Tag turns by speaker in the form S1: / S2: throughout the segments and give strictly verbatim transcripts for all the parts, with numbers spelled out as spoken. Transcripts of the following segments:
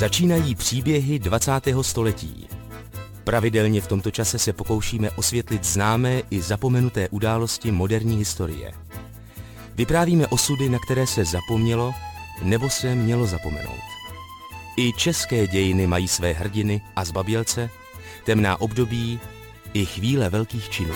S1: Začínají příběhy dvacátého století. Pravidelně v tomto čase se pokoušíme osvětlit známé i zapomenuté události moderní historie. Vyprávíme osudy, na které se zapomnělo nebo se mělo zapomenout. I české dějiny mají své hrdiny a zbabělce, temná období i chvíle velkých činů.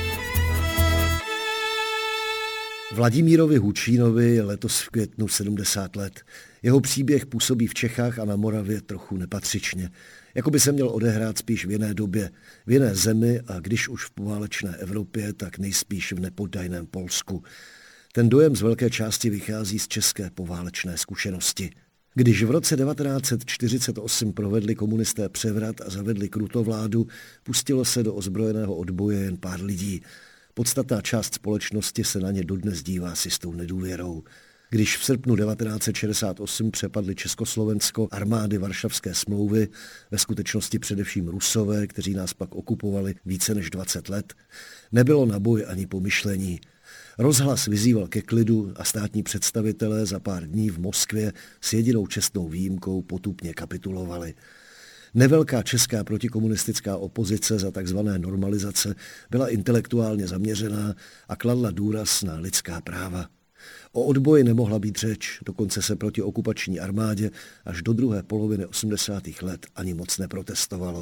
S2: Vladimírovi Hučínovi je letos v květnu sedmdesát let. Jeho příběh působí v Čechách a na Moravě trochu nepatřičně. Jako by se měl odehrát spíš v jiné době, v jiné zemi a když už v poválečné Evropě, tak nejspíš v nepoddajném Polsku. Ten dojem z velké části vychází z české poválečné zkušenosti. Když v roce devatenáct set čtyřicet osm provedli komunisté převrat a zavedli krutovládu, pustilo se do ozbrojeného odboje jen pár lidí. Podstatná část společnosti se na ně dodnes dívá s jistou nedůvěrou. Když v srpnu devatenáct set šedesát osm přepadly Československo armády Varšavské smlouvy, ve skutečnosti především Rusové, kteří nás pak okupovali více než dvacet let, nebylo na boj ani pomyšlení. Rozhlas vyzýval ke klidu a státní představitelé za pár dní v Moskvě s jedinou čestnou výjimkou potupně kapitulovali. Nevelká česká protikomunistická opozice za takzvané normalizace byla intelektuálně zaměřená a kladla důraz na lidská práva. O odboji nemohla být řeč, dokonce se proti okupační armádě až do druhé poloviny osmdesátých let ani moc neprotestovalo.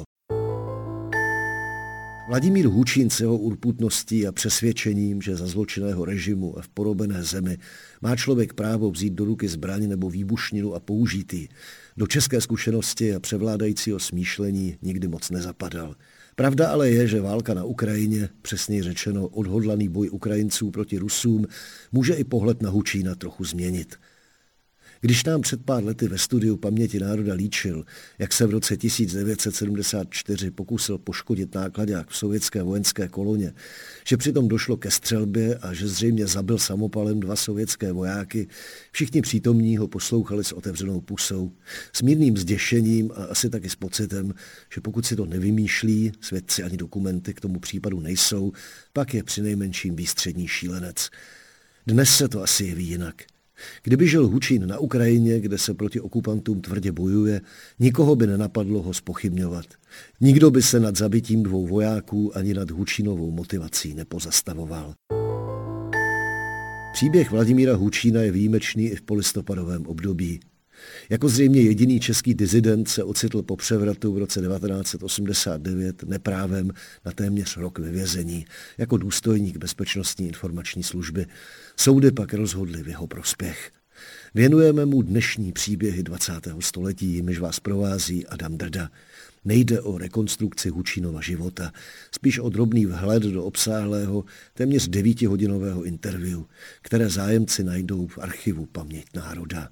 S2: Vladimír Hučín s jeho urputností a přesvědčením, že za zločinného režimu a v porobené zemi má člověk právo vzít do ruky zbraň nebo výbušninu a použít ji, do české zkušenosti a převládajícího smýšlení nikdy moc nezapadal. Pravda ale je, že válka na Ukrajině, přesněji řečeno odhodlaný boj Ukrajinců proti Rusům, může i pohled na Hučína trochu změnit. Když nám před pár lety ve studiu Paměti národa líčil, jak se v roce tisíc devět set sedmdesát čtyři pokusil poškodit náklaďák v sovětské vojenské koloně, že přitom došlo ke střelbě a že zřejmě zabil samopalem dva sovětské vojáky, všichni přítomní ho poslouchali s otevřenou pusou, s mírným zděšením a asi taky s pocitem, že pokud si to nevymýšlí, svědci ani dokumenty k tomu případu nejsou, pak je přinejmenším výstřední šílenec. Dnes se to asi jeví jinak. Kdyby žil Hučín na Ukrajině, kde se proti okupantům tvrdě bojuje, nikoho by nenapadlo ho zpochybňovat. Nikdo by se nad zabitím dvou vojáků ani nad Hučínovou motivací nepozastavoval. Příběh Vladimíra Hučína je výjimečný i v polistopadovém období. Jako zřejmě jediný český disident se ocitl po převratu v roce devatenáct set osmdesát devět neprávem na téměř rok ve vězení, jako důstojník Bezpečnostní informační služby. Soudy pak rozhodly v jeho prospěch. Věnujeme mu dnešní příběhy dvacátého století, jimiž vás provází Adam Drda. Nejde o rekonstrukci Hučínova života, spíš o drobný vhled do obsáhlého, téměř devítihodinového interview, které zájemci najdou v archivu Paměť národa.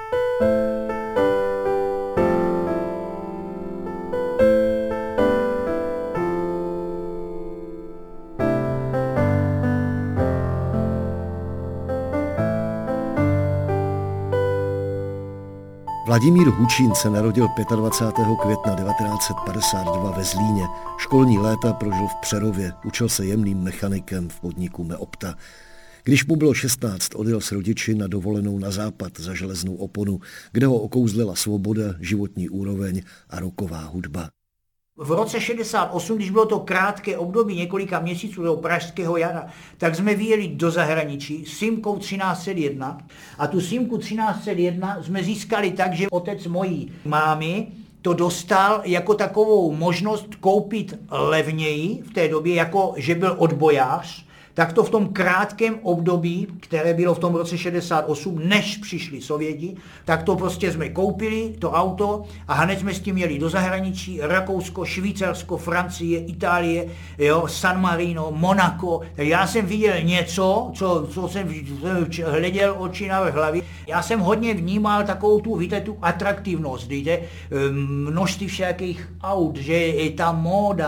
S2: Vladimír Hučín se narodil dvacátého pátého května devatenáct set padesát dva ve Zlíně. Školní léta prožil v Přerově, učil se jemným mechanikem v podniku Meopta. Když mu bylo šestnáct, odjel s rodiči na dovolenou na západ za železnou oponu, kde ho okouzlila svoboda, životní úroveň a rocková hudba.
S3: V roce šedesát osm, když bylo to krátké období několika měsíců do pražského jara, tak jsme vyjeli do zahraničí s simkou třináct set jedna a tu simku třináct set jedna jsme získali tak, že otec mojí mámy to dostal jako takovou možnost koupit levněji v té době, jako že byl odbojář, tak to v tom krátkém období, které bylo v tom roce šedesát osm, než přišli Sověti, tak to prostě jsme koupili, to auto, a hned jsme s tím jeli do zahraničí, Rakousko, Švýcarsko, Francie, Itálie, jo, San Marino, Monako. Tak já jsem viděl něco, co, co jsem hleděl oči na hlavě. Já jsem hodně vnímal takovou tu, víte, tu atraktivnost, víte, množství všakých aut, že je ta móda,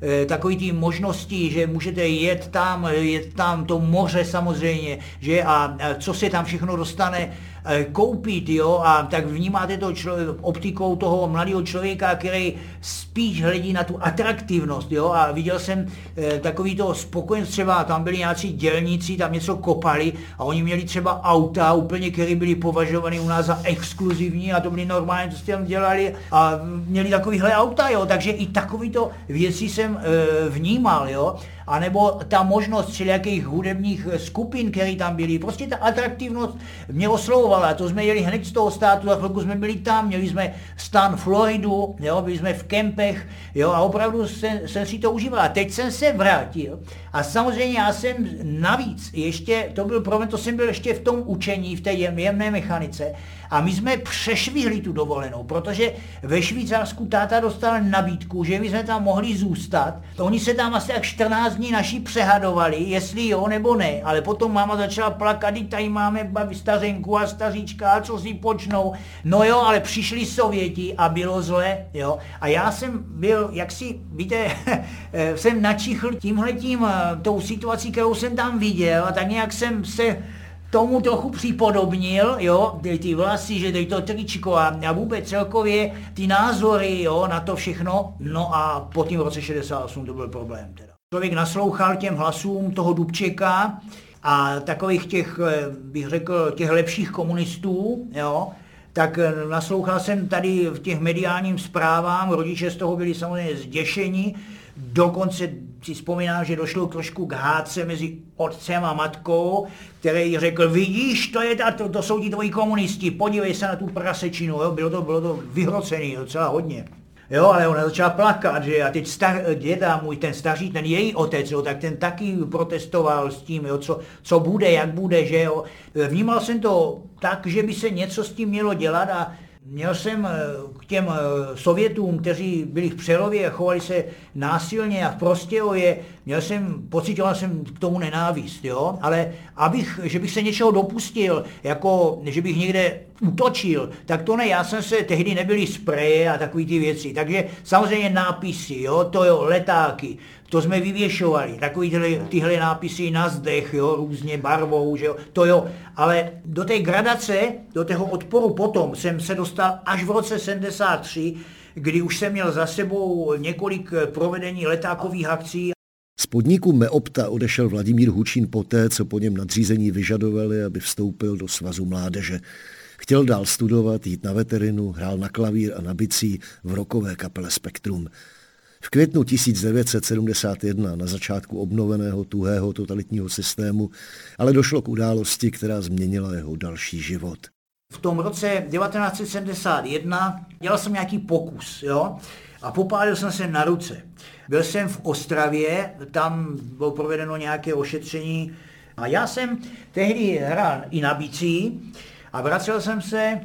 S3: takový ty možnosti, že můžete jet tam, jet tam to moře samozřejmě, že a co se tam všechno dostane koupit, jo, a tak vnímáte to člo- optikou toho mladého člověka, který spíš hledí na tu atraktivnost, jo, a viděl jsem e, takový to spokojenství, třeba tam byli nějací dělníci, tam něco kopali a oni měli třeba auta úplně, které byly považovány u nás za exkluzivní a to byly normálně, co tam dělali a měli takovýhle auta, jo, takže i takovýto věci jsem e, vnímal, jo. A nebo ta možnost všelijakých hudebních skupin, které tam byly, prostě ta atraktivnost mě oslovovala, to jsme jeli hned z toho státu, za chvilku jsme byli tam, měli jsme stan Floridu, jo, byli jsme v kempech, jo, a opravdu jsem, jsem si to užíval. A teď jsem se vrátil a samozřejmě já jsem navíc, ještě, to byl problém, to jsem byl ještě v tom učení, v té jemné mechanice, a my jsme přešvihli tu dovolenou, protože ve Švýcarsku táta dostal nabídku, že my jsme tam mohli zůstat. Oni se tam asi tak čtrnáct dní naši přehadovali, jestli jo nebo ne, ale potom máma začala plakat, tady máme babi stařenku a staříčka, a co si počnou. No jo, ale přišli Sověti a bylo zle, jo. A já jsem byl, jak si, víte, jsem načichl tímhletím, tou situací, kterou jsem tam viděl, a tak nějak jsem se tomu trochu připodobnil, jo, ty, ty vlasy, že tady to tričko a, a vůbec celkově ty názory, jo, na to všechno. No a po tím roce šedesát osm to byl problém teda. Člověk naslouchal těm hlasům toho Dubčeka a takových těch, bych řekl, těch lepších komunistů, jo, tak naslouchal jsem tady v těch mediálním zprávám, rodiče z toho byli samozřejmě zděšeni, dokonce si vzpomínám, že došlo trošku k hádce mezi otcem a matkou, který řekl, vidíš, to, je ta, to, to jsou ti tvoji komunisti, podívej se na tu prasečinu, jo? Bylo to, bylo to vyhrocený docela hodně. Jo, ale ona začala plakat, že a teď star, děda můj, ten staří, ten její otec, jo, tak ten taky protestoval s tím, jo, co, co bude, jak bude, že jo. Vnímal jsem to tak, že by se něco s tím mělo dělat a měl jsem k těm Sovětům, kteří byli v Přerově, chovali se násilně a v Prostějově, měl jsem, pocitoval jsem k tomu nenávist, jo, ale abych, že bych se něčeho dopustil, jako, že bych někde útočil, tak to ne, já jsem se, tehdy nebyly spreje a takové ty věci, takže samozřejmě nápisy, jo, to jo, letáky, to jsme vyvěšovali, takový tyhle, tyhle nápisy na zdech, jo, různě barvou, že jo, to jo, ale do té gradace, do toho odporu potom jsem se dostal až v roce sedmdesát tři, kdy už jsem měl za sebou několik provedení letákových akcí.
S2: Z podniku Meopta odešel Vladimír Hučín poté, co po něm nadřízení vyžadovali, aby vstoupil do Svazu mládeže. Chtěl dál studovat, jít na veterinu, hrál na klavír a na bicí v rockové kapele Spektrum. V květnu tisíc devět set sedmdesát jedna, na začátku obnoveného tuhého totalitního systému, ale došlo k události, která změnila jeho další život.
S3: V tom roce devatenáct set sedmdesát jedna dělal jsem nějaký pokus, jo, a popálil jsem se na ruce. Byl jsem v Ostravě, tam bylo provedeno nějaké ošetření a já jsem tehdy hrál i na bicí a vracel jsem se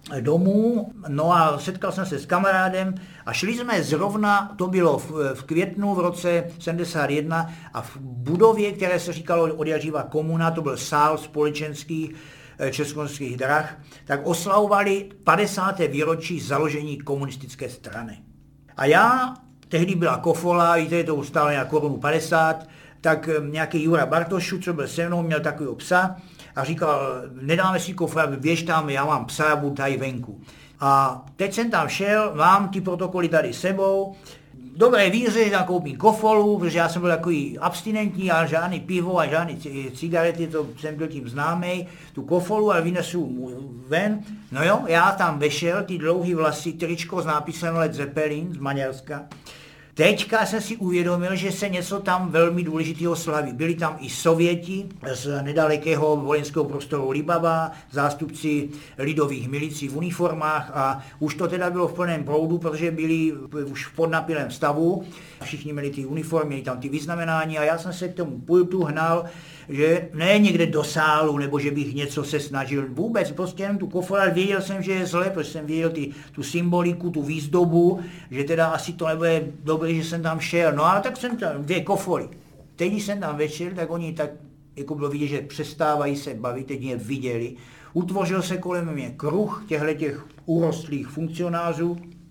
S3: domů, no a setkal jsem se s kamarádem a šli jsme zrovna, to bylo v, v květnu v roce sedmdesát jedna a v budově, které se říkalo odjaživa komuna, to byl sál společenských československých drah, tak oslavovali padesáté výročí založení komunistické strany. A já, tehdy byla kofola, víte, to stálo nějak korunu padesát, tak nějaký Jura Bartošu, co byl se mnou, měl takového psa a říkal, nedáme si kofra, běž tam, já mám psa, budu tady venku. A teď jsem tam šel, mám ty protokoly tady sebou, dobré víře, tam koupím kofolu, protože já jsem byl takový abstinentní, ale žádný pivo a žádný cigarety, to jsem byl tím známý, tu kofolu, ale vynesu ven. No jo, já tam vešel, ty dlouhý vlasy, tričko s nápisem Led Zeppelin z Maďarska. Teďka jsem si uvědomil, že se něco tam velmi důležitého slaví. Byli tam i Sověti z nedalekého vojenského prostoru Libava, zástupci lidových milicí v uniformách a už to teda bylo v plném proudu, protože byli už v podnapilém stavu. Všichni měli ty uniformy, měli tam ty vyznamenání a já jsem se k tomu pultu hnal, že ne někde do sálu, nebo že bych něco se snažil vůbec, prostě jenom tu kofolu, ale věděl jsem, že je zle, protože jsem věděl ty, tu symboliku, tu výzdobu, že teda asi to nebude dobré, že jsem tam šel. No ale tak jsem tam, dvě kofoly. Teď, když jsem tam večer, tak oni tak, jako bylo vidět, že přestávají se bavit, teď mě viděli. Utvořil se kolem mě kruh těchto těch urostlých funkcionářů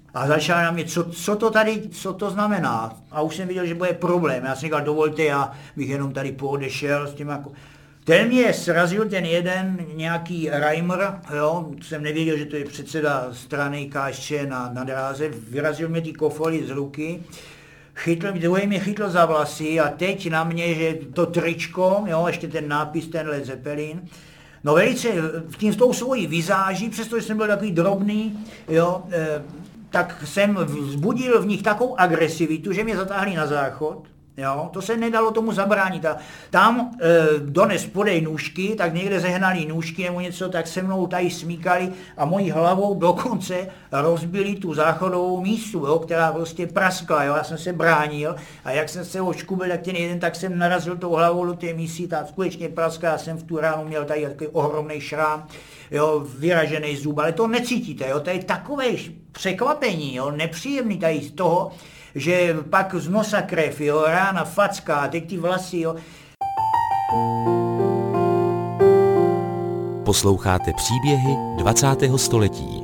S3: A začal na mě, co, co to tady, co to znamená. A už jsem viděl, že bude problém. Já jsem říkal, dovolte, já bych jenom tady poodešel s tím jako... Ten mě srazil, ten jeden nějaký Reimer, jo, jsem nevěděl, že to je předseda strany K S Č na, na dráze, vyrazil mě ty kofoly z ruky, chytl, druhý mě chytl za vlasy a teď na mě, že to tričko, jo, ještě ten nápis, ten Led Zeppelin, no velice, tím s tou svojí vizáží, přestože jsem byl takový drobný, jo, eh, tak jsem vzbudil v nich takovou agresivitu, že mě zatáhli na záchod. Jo, to se nedalo tomu zabránit. A tam e, dones podej nůžky, tak někde zehnali nůžky nebo něco, tak se mnou tady smíkali a mojí hlavou dokonce rozbili tu záchodovou místu, jo, která prostě praskla. Jo. Já jsem se bránil a jak jsem se oškubil, tak ten jeden, tak jsem narazil tou hlavou do té místy, ta skutečně praskla. Já jsem v tu ránu měl tady takový ohromný šrám, jo, vyražený zub, ale to necítíte. Jo. To je takové překvapení, jo, nepříjemný tady z toho, že pak z nosa krev, jo, rána, facka, a teď ty vlasy, jo.
S1: Posloucháte příběhy dvacátého století.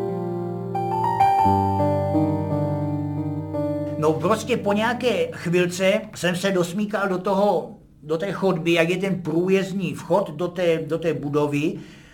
S3: No prostě po nějaké chvilce jsem se dosmíkal do toho, do té chodby, jak je ten průjezdní vchod do té, do té budovy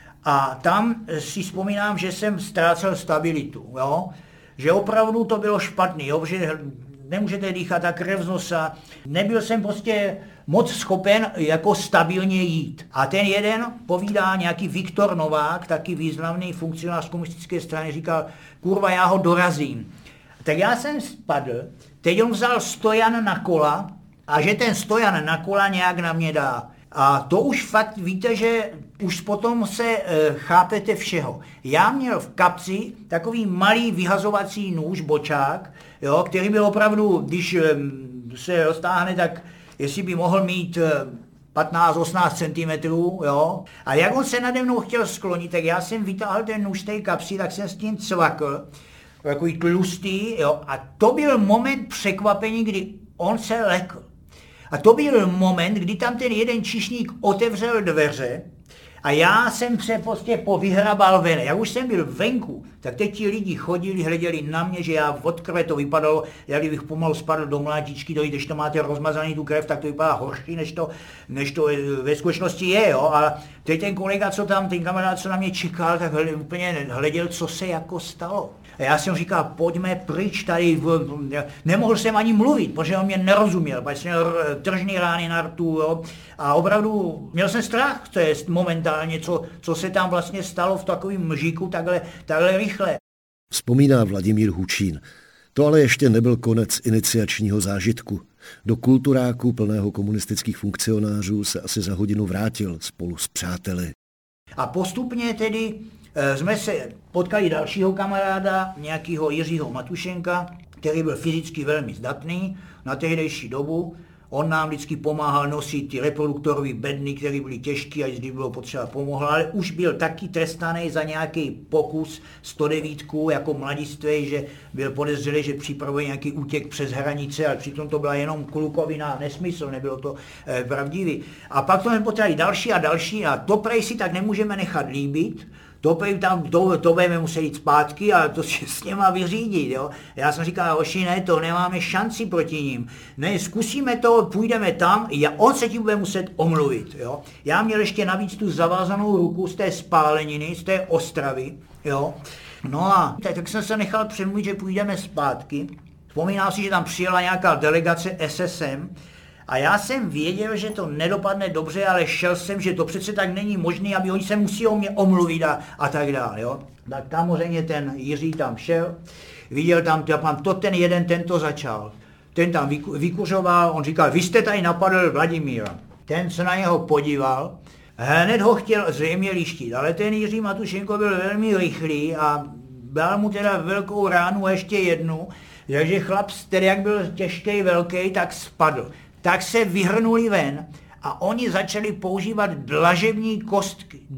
S3: a tam si vzpomínám, že jsem ztrácel stabilitu, jo. Že opravdu to bylo špatný, jo, že nemůžete dýchat a krev z nosa. Nebyl jsem prostě moc schopen jako stabilně jít. A ten jeden povídá nějaký Viktor Novák, taky významný funkcionář komunistické strany, říkal, kurva, já ho dorazím. Tak já jsem spadl, teď on vzal stojan na kola a že ten stojan na kola nějak na mě dá. A to už fakt víte, že už potom se e, chápete všeho. Já měl v kapci takový malý vyhazovací nůž, bočák, jo, který byl opravdu, když e, se roztáhne, tak jestli by mohl mít e, patnáct osmnáct centimetrů, jo. A jak on se nade mnou chtěl sklonit, tak já jsem vytáhl ten nůž z té kapsy, tak jsem s tím cvakl, takový tlustý, jo. A to byl moment překvapení, kdy on se lekl. A to byl moment, kdy tam ten jeden číšník otevřel dveře a já jsem se prostě povyhrabal ven. Jak už jsem byl venku, tak teď ti lidi chodili, hleděli na mě, že já od krve to vypadalo, jak kdybych pomalu spadl do mlátičky, do, když to máte rozmazaný tu krev, tak to vypadá horší, než to, než to ve skutečnosti je. Jo? A teď ten kolega, co tam, ten kamarád, co na mě čekal, tak hled, úplně hleděl, co se jako stalo. A já jsem říkal, pojďme pryč tady, nemohl jsem ani mluvit, protože on mě nerozuměl, protože jsem měl tržní rány na rtu, jo? A opravdu měl jsem strach, to je momentálně, co, co se tam vlastně stalo v takovém mžíku takhle, takhle rychle.
S2: Vzpomíná Vladimír Hučín. To ale ještě nebyl konec iniciačního zážitku. Do kulturáku plného komunistických funkcionářů se asi za hodinu vrátil spolu s přáteli.
S3: A postupně tedy jsme se potkali dalšího kamaráda, nějakého Jiřího Matušenka, který byl fyzicky velmi zdatný na tehdejší dobu. On nám vždycky pomáhal nosit ty reproduktorové bedny, které byly těžké a když bylo potřeba pomohl, ale už byl taky trestaný za nějaký pokus sto devět jako mladistvý, že byl podezřelý, že připravuje nějaký útěk přes hranice, ale přitom to byla jenom klukovina, nesmysl, nebylo to eh, pravdivý. A pak to jsme potřebovali další a další a to prej si tak nemůžeme nechat líbit. To tam, to, to budeme muset jít zpátky a to si s něma vyřídit, jo. Já jsem říkal, hoši, ne, to nemáme šanci proti ním. Ne, zkusíme to, půjdeme tam, a on se tím bude muset omluvit, jo. Já měl ještě navíc tu zavázanou ruku z té spáleniny, z té Ostravy, jo. No a tak, tak jsem se nechal přemluvit, že půjdeme zpátky. Vzpomínám si, že tam přijela nějaká delegace S S M, a já jsem věděl, že to nedopadne dobře, ale šel jsem, že to přece tak není možné, aby oni se musí o mě omluvit a, a tak dále, jo. Tak samozřejmě ten Jiří tam šel, viděl tam, tam to ten jeden, ten to začal. Ten tam vyku, vykuřoval, on říkal, vy jste tady napadl Vladimíra. Ten se na něho podíval, hned ho chtěl zřejmě lištit, ale ten Jiří Matušenko byl velmi rychlý a dal mu teda velkou ránu a ještě jednu, takže chlap, který jak byl těžký, velký, tak spadl. Tak se vyhrnuli ven a oni začali používat dlažební kostky,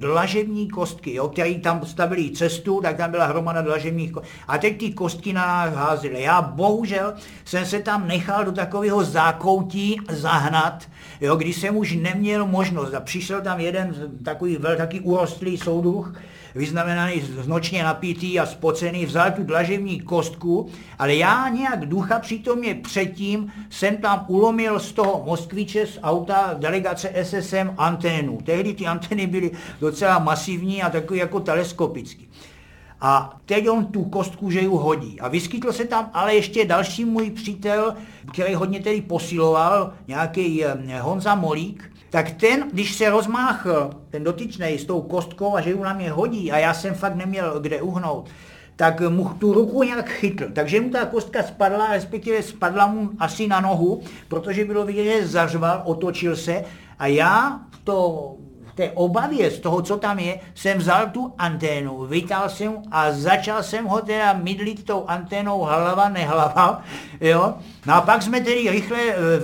S3: dlažební kostky, jo, který tam stavili cestu, tak tam byla hromada dlažebních kostek. A teď ty kostky na nás házely. Já bohužel jsem se tam nechal do takového zákoutí zahnat, jo, když jsem už neměl možnost. A přišel tam jeden takový velký urostlý soudruh, vyznamenaný nočně napitý a spocený, vzal tu dlažební kostku, ale já nějak ducha přítomně předtím jsem tam ulomil z toho Moskviče z auta delegace S S M anténu. Tehdy ty antény byly docela masivní a takový jako teleskopický. A teď on tu kostku, že ju hodí. A vyskytl se tam ale ještě další můj přítel, který hodně tedy posiloval, nějaký Honza Molík, tak ten, když se rozmáchl, ten dotyčnej s tou kostkou a že ju na mě hodí a já jsem fakt neměl kde uhnout, tak mu tu ruku nějak chytl. Takže mu ta kostka spadla, respektive spadla mu asi na nohu, protože bylo vidět, že zařval, otočil se a já to v té obavě z toho, co tam je, jsem vzal tu anténu, vytáhl jsem a začal jsem ho teda mydlit tou anténou hlava, nehlava, jo. No a pak jsme tedy rychle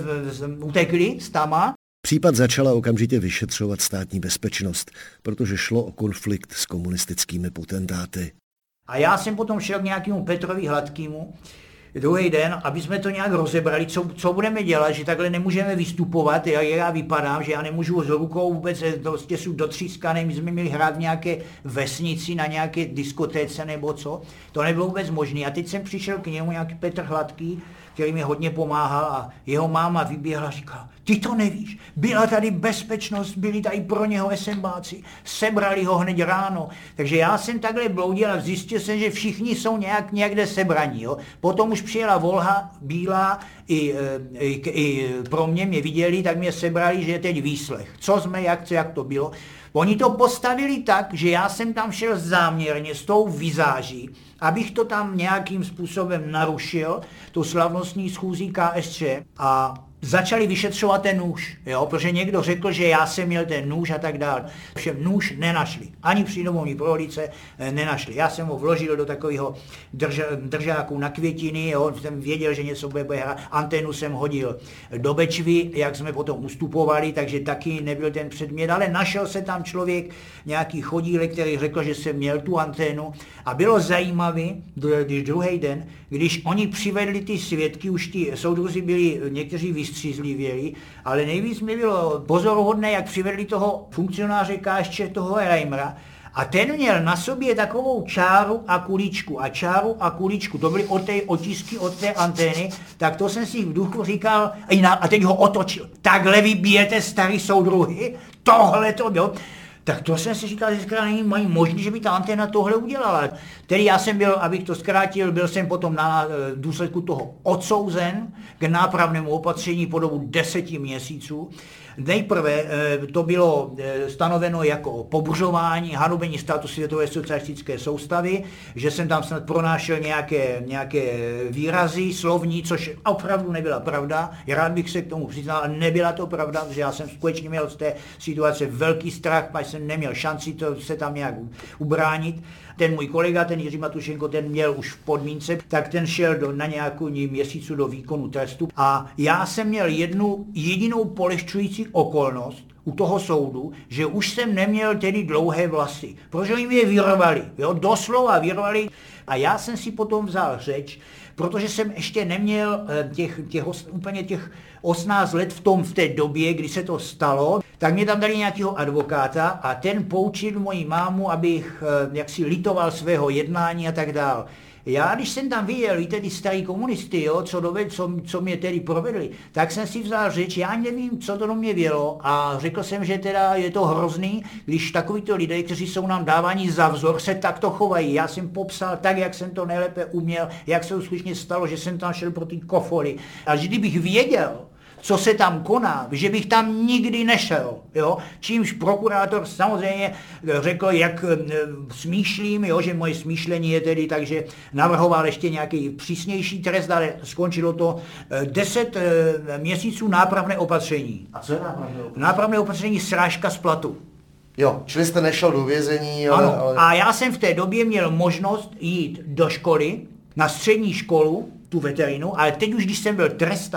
S3: uh, utekli s tama.
S2: Případ začala okamžitě vyšetřovat státní bezpečnost, protože šlo o konflikt s komunistickými potentáty.
S3: A já jsem potom šel k nějakému Petrovi Hladkému druhý den, aby jsme to nějak rozebrali, co, co budeme dělat, že takhle nemůžeme vystupovat, jak já vypadám, že já nemůžu s rukou vůbec, prostě jsou dotřískané, my jsme měli hrát v nějaké vesnici, na nějaké diskotéce nebo co, to nebylo vůbec možné. A teď jsem přišel k němu nějaký Petr Hladký, který mi hodně pomáhal a jeho máma vyběhla a říkala, ty to nevíš, byla tady bezpečnost, byli tady pro něho SMBáci, sebrali ho hned ráno. Takže já jsem takhle bloudil a zjistil jsem, že všichni jsou nějak někde sebraní. Jo. Potom už přijela Volha bílá, i, i, i pro mě mě viděli, tak mě sebrali, že je teď výslech. Co jsme, jak, co, jak to bylo. Oni to postavili tak, že já jsem tam šel záměrně s tou vizáží, abych to tam nějakým způsobem narušil, tu slavnostní schůzí K S Č a začali vyšetřovat ten nůž, jo, protože někdo řekl, že já jsem měl ten nůž a tak dále. Všem nůž nenašli, ani při domovní prohlídce nenašli. Já jsem ho vložil do takového drž, držáku na květiny, jo, jsem věděl, že něco bude hrát. Anténu jsem hodil do Bečvy, jak jsme potom ustupovali, takže taky nebyl ten předmět, ale našel se tam člověk, nějaký chodílek, který řekl, že jsem měl tu anténu a bylo zajímavé, když druhý den, když oni přivedli ty svědky, už ti soudruzi byli někteří vystřízlivěli, ale nejvíc mi bylo pozoruhodné, jak přivedli toho funkcionáře K S Č, toho Reimera, a ten měl na sobě takovou čáru a kuličku. A čáru a kuličku, to byly od té otisky od té antény, tak to jsem si v duchu říkal, a teď ho otočil. Takhle vy bijete starý soudruhy? Tohle to bylo. Tak to jsem si říkal, že zkrátka není možný, že by ta anténa tohle udělala. Tedy já jsem byl, abych to zkrátil, byl jsem potom na důsledku toho odsouzen k nápravnému opatření po dobu deseti měsíců. Nejprve to bylo stanoveno jako pobuřování, hanobení státu světové socialistické soustavy, že jsem tam snad pronášel nějaké, nějaké výrazy slovní, což opravdu nebyla pravda. Rád bych se k tomu přiznal, ale nebyla to pravda, že já jsem skutečně měl z té situace velký strach, protože jsem neměl šanci to se tam nějak ubránit. Ten můj kolega, ten Jiří Matušenko, ten měl už v podmínce, tak ten šel do, na nějakou měsícu do výkonu trestu. A já jsem měl jednu jedinou polehčující okolnost u toho soudu, že už jsem neměl tedy dlouhé vlasy, protože jim je vyrvali, jo, doslova vyrvali. A já jsem si potom vzal řeč, protože jsem ještě neměl těch, těch, úplně těch osmnáct let v tom v té době, kdy se to stalo, tak mě tam dali nějakého advokáta a ten poučil moji mámu, abych jaksi litoval svého jednání a tak dál. Já, když jsem tam viděl, víte, ty starý komunisty, jo, co, doved, co, co mě tedy provedli, tak jsem si vzal řeč, já nevím, co to do mě vělo a řekl jsem, že teda je to hrozný, když takovýto lidé, kteří jsou nám dáváni za vzor, se takto chovají. Já jsem popsal tak, jak jsem to nejlépe uměl, jak se skutečně stalo, že jsem tam šel pro ty kofory. A kdybych věděl, co se tam koná, že bych tam nikdy nešel, jo? Čímž prokurátor samozřejmě řekl, jak smýšlím, jo? Že moje smýšlení je tedy, takže navrhoval ještě nějaký přísnější trest, ale skončilo to deset měsíců nápravné opatření.
S4: A co je nápravné opatření?
S3: Nápravné opatření srážka z platu.
S4: Jo, čili jste nešel do vězení, ale,
S3: ano,
S4: ale...
S3: a já jsem v té době měl možnost jít do školy, na střední školu, tu veterinu, ale teď už, když jsem byl trestán,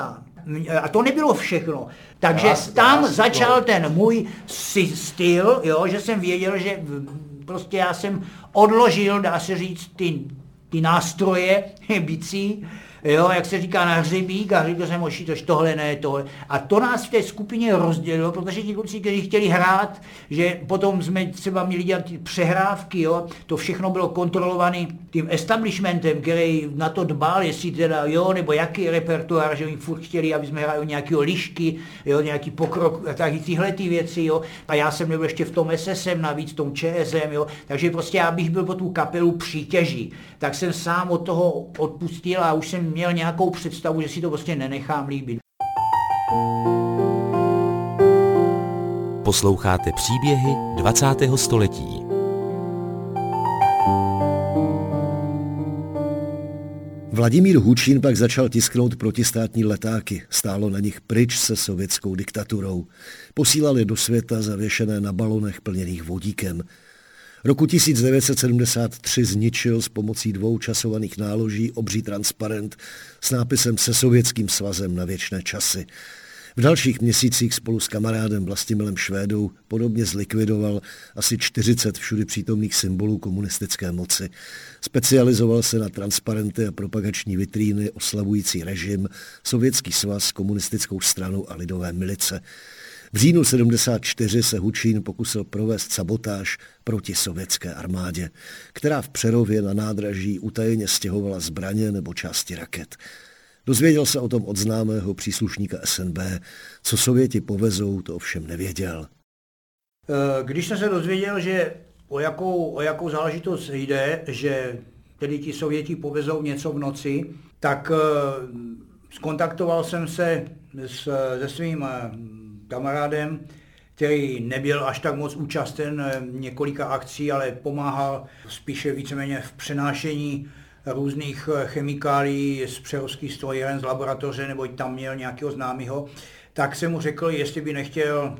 S3: a to nebylo všechno. Takže
S4: Krás,
S3: tam
S4: krás,
S3: začal
S4: no.
S3: ten můj styl, jo, že jsem věděl, že prostě já jsem odložil, dá se říct, ty, ty nástroje bicí, jo, jak se říká na hřebík, a řekl jsem, oši, tož tohle ne, tohle. A to nás v té skupině rozdělilo, protože ti kluci, kteří chtěli hrát, že potom jsme třeba měli dělat ty přehrávky, jo, to všechno bylo kontrolované tím establishmentem, který na to dbal, jestli teda jo, nebo jaký repertoár, že oni furt chtěli, aby jsme hráli nějakého lišky, jo, nějaký pokrok, taky tyhle ty věci, jo. A já jsem nebyl ještě v tom S S M, navíc v tom Č S M, jo. Takže prostě já bych byl po tu kapelu přítěží, tak jsem sám od toho odpustil a už jsem měl nějakou představu, že si to prostě nenechám líbit.
S1: Posloucháte příběhy dvacátého století.
S2: Vladimír Hučín pak začal tisknout protistátní letáky. Stálo na nich pryč se sovětskou diktaturou. Posílali do světa zavěšené na balonech plněných vodíkem. Roku tisíc devět set sedmdesát tři zničil s pomocí dvou časovaných náloží obří transparent s nápisem Se Sovětským svazem na věčné časy. V dalších měsících spolu s kamarádem Vlastimilem Švédou podobně zlikvidoval asi čtyřicet všudy přítomných symbolů komunistické moci. Specializoval se na transparenty a propagační vitríny oslavující režim, Sovětský svaz, komunistickou stranu a lidové milice. V říjnu sedmdesát čtyři se Hučín pokusil provést sabotáž proti sovětské armádě, která v Přerově na nádraží utajeně stěhovala zbraně nebo části raket. Dozvěděl se o tom od známého příslušníka S N B. Co Sověti povezou, to ovšem nevěděl.
S3: Když jsem se dozvěděl, že o jakou, o jakou záležitost jde, že tedy ti Sověti povezou něco v noci, tak skontaktoval jsem se s, se svým kamarádem, který nebyl až tak moc účasten několika akcí, ale pomáhal spíše víceméně v přenášení různých chemikálií z přerovských strojíren z laboratoře, nebo tam měl nějakého známého, tak jsem mu řekl, jestli by nechtěl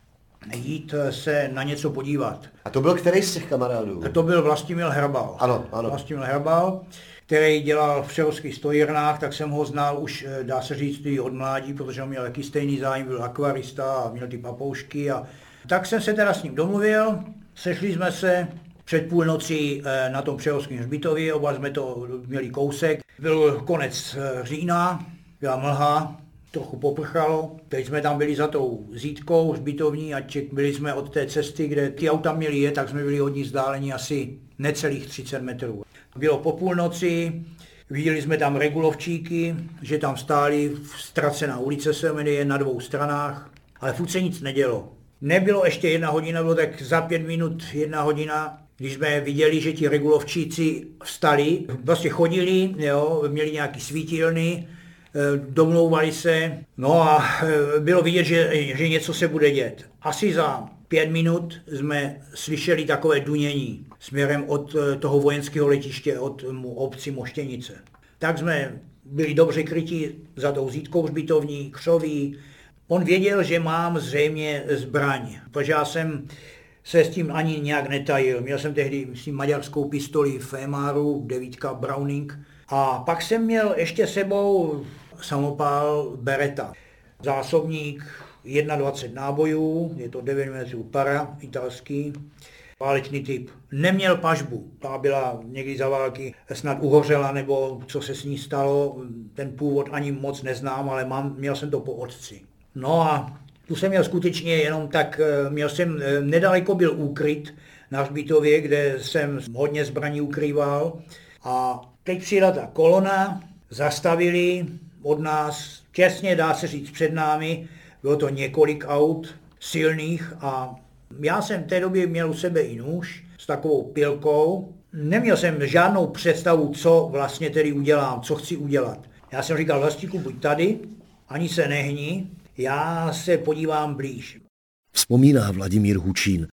S3: jít se na něco podívat.
S4: A to byl který z těch kamarádů?
S3: A to byl Vlastimil Hrabal.
S4: Ano, ano.
S3: Vlastimil Hrabal, který dělal v přerovských stojírnách, tak jsem ho znal už, dá se říct, od mládí, protože on měl jaký stejný zájem, byl akvarista a měl ty papoušky. A tak jsem se teda s ním domluvil, sešli jsme se před půlnocí na tom Přerovském hřbitově, oba jsme to měli kousek. Byl konec října, byla mlha, trochu poprchalo, teď jsme tam byli za tou zítkou hřbitovní a ček, byli jsme od té cesty, kde ty auta měli jet, tak jsme byli od ní vzdáleni asi necelých třicet metrů. Bylo po půlnoci, viděli jsme tam regulovčíky, že tam stáli, ztracená ulice se jmenuje, na dvou stranách, ale furt se nic nedělo. Nebylo ještě jedna hodina, bylo tak za pět minut jedna hodina, když jsme viděli, že ti regulovčíci vstali, prostě chodili, jo, měli nějaký svítilny, domlouvali se, no a bylo vidět, že, že něco se bude dět. Asi za pět minut jsme slyšeli takové dunění směrem od toho vojenského letiště, od obci Moštěnice. Tak jsme byli dobře kryti za tou zítkou hřbitovní, křoví. On věděl, že mám zřejmě zbraň, protože já jsem se s tím ani nějak netajil. Měl jsem tehdy, myslím, maďarskou pistoli F M R U, devítka Browning. A pak jsem měl ještě sebou samopál Beretta. Zásobník dvacet jedna nábojů, je to devět milimetrů para, italský, válečný typ. Neměl pažbu, ta byla někdy za války snad uhořela, nebo co se s ní stalo, ten původ ani moc neznám, ale mám, měl jsem to po otci. No a tu jsem měl skutečně jenom tak, měl jsem, nedaleko byl úkryt na hřbitově, kde jsem hodně zbraní ukrýval. A teď přijela ta kolona, zastavili od nás, těsně dá se říct před námi, bylo to několik aut silných a já jsem v té době měl u sebe i nůž s takovou pilkou. Neměl jsem žádnou představu, co vlastně tedy udělám, co chci udělat. Já jsem říkal, Vlastíku, buď tady, ani se nehni, já se podívám blíž.
S2: Vzpomíná Vladimír Hučín.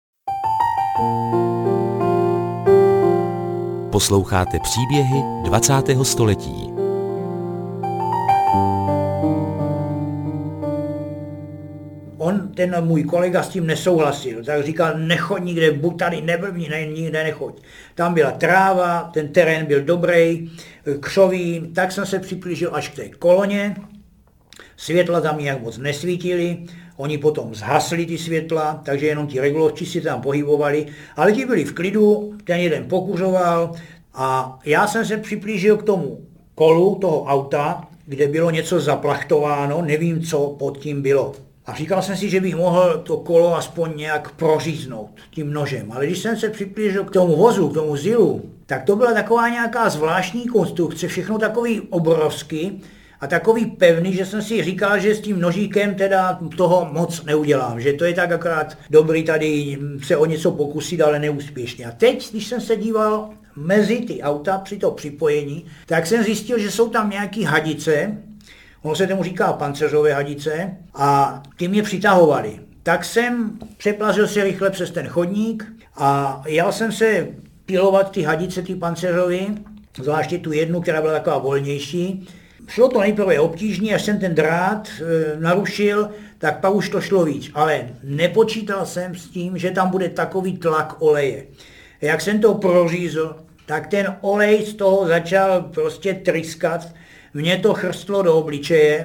S1: Posloucháte příběhy dvacátého století.
S3: On, ten můj kolega, s tím nesouhlasil, tak říkal, nechoď nikde, buď tady, neblbni, ne, nikde nechoď. Tam byla tráva, ten terén byl dobrý, křový, tak jsem se přiblížil až k té koloně, Světla tam nějak moc nesvítily, oni potom zhasli ty světla, takže jenom ti regulovči si tam pohybovali, ale ti byli v klidu, ten jeden pokuřoval a já jsem se připlížil k tomu kolu toho auta, kde bylo něco zaplachtováno, nevím, co pod tím bylo. A říkal jsem si, že bych mohl to kolo aspoň nějak proříznout tím nožem. Ale když jsem se připlížil k tomu vozu, k tomu zilu, tak to byla taková nějaká zvláštní konstrukce, všechno takový obrovský a takový pevný, že jsem si říkal, že s tím nožíkem teda toho moc neudělám. Že to je tak akorát dobrý tady se o něco pokusit, ale neúspěšně. A teď, když jsem se díval mezi ty auta při to připojení, tak jsem zjistil, že jsou tam nějaký hadice, ono se tomu říká pancéřové hadice, a ty mě přitahovaly. Tak jsem přeplazil se rychle přes ten chodník a jel jsem se pilovat ty hadice, ty pancéřové, zvláště tu jednu, která byla taková volnější. Šlo to nejprve obtížně, až jsem ten drát e, narušil, tak pak už to šlo víc. Ale nepočítal jsem s tím, že tam bude takový tlak oleje. Jak jsem to prořízl, tak ten olej z toho začal prostě tryskat. Mně to chrstlo do obličeje.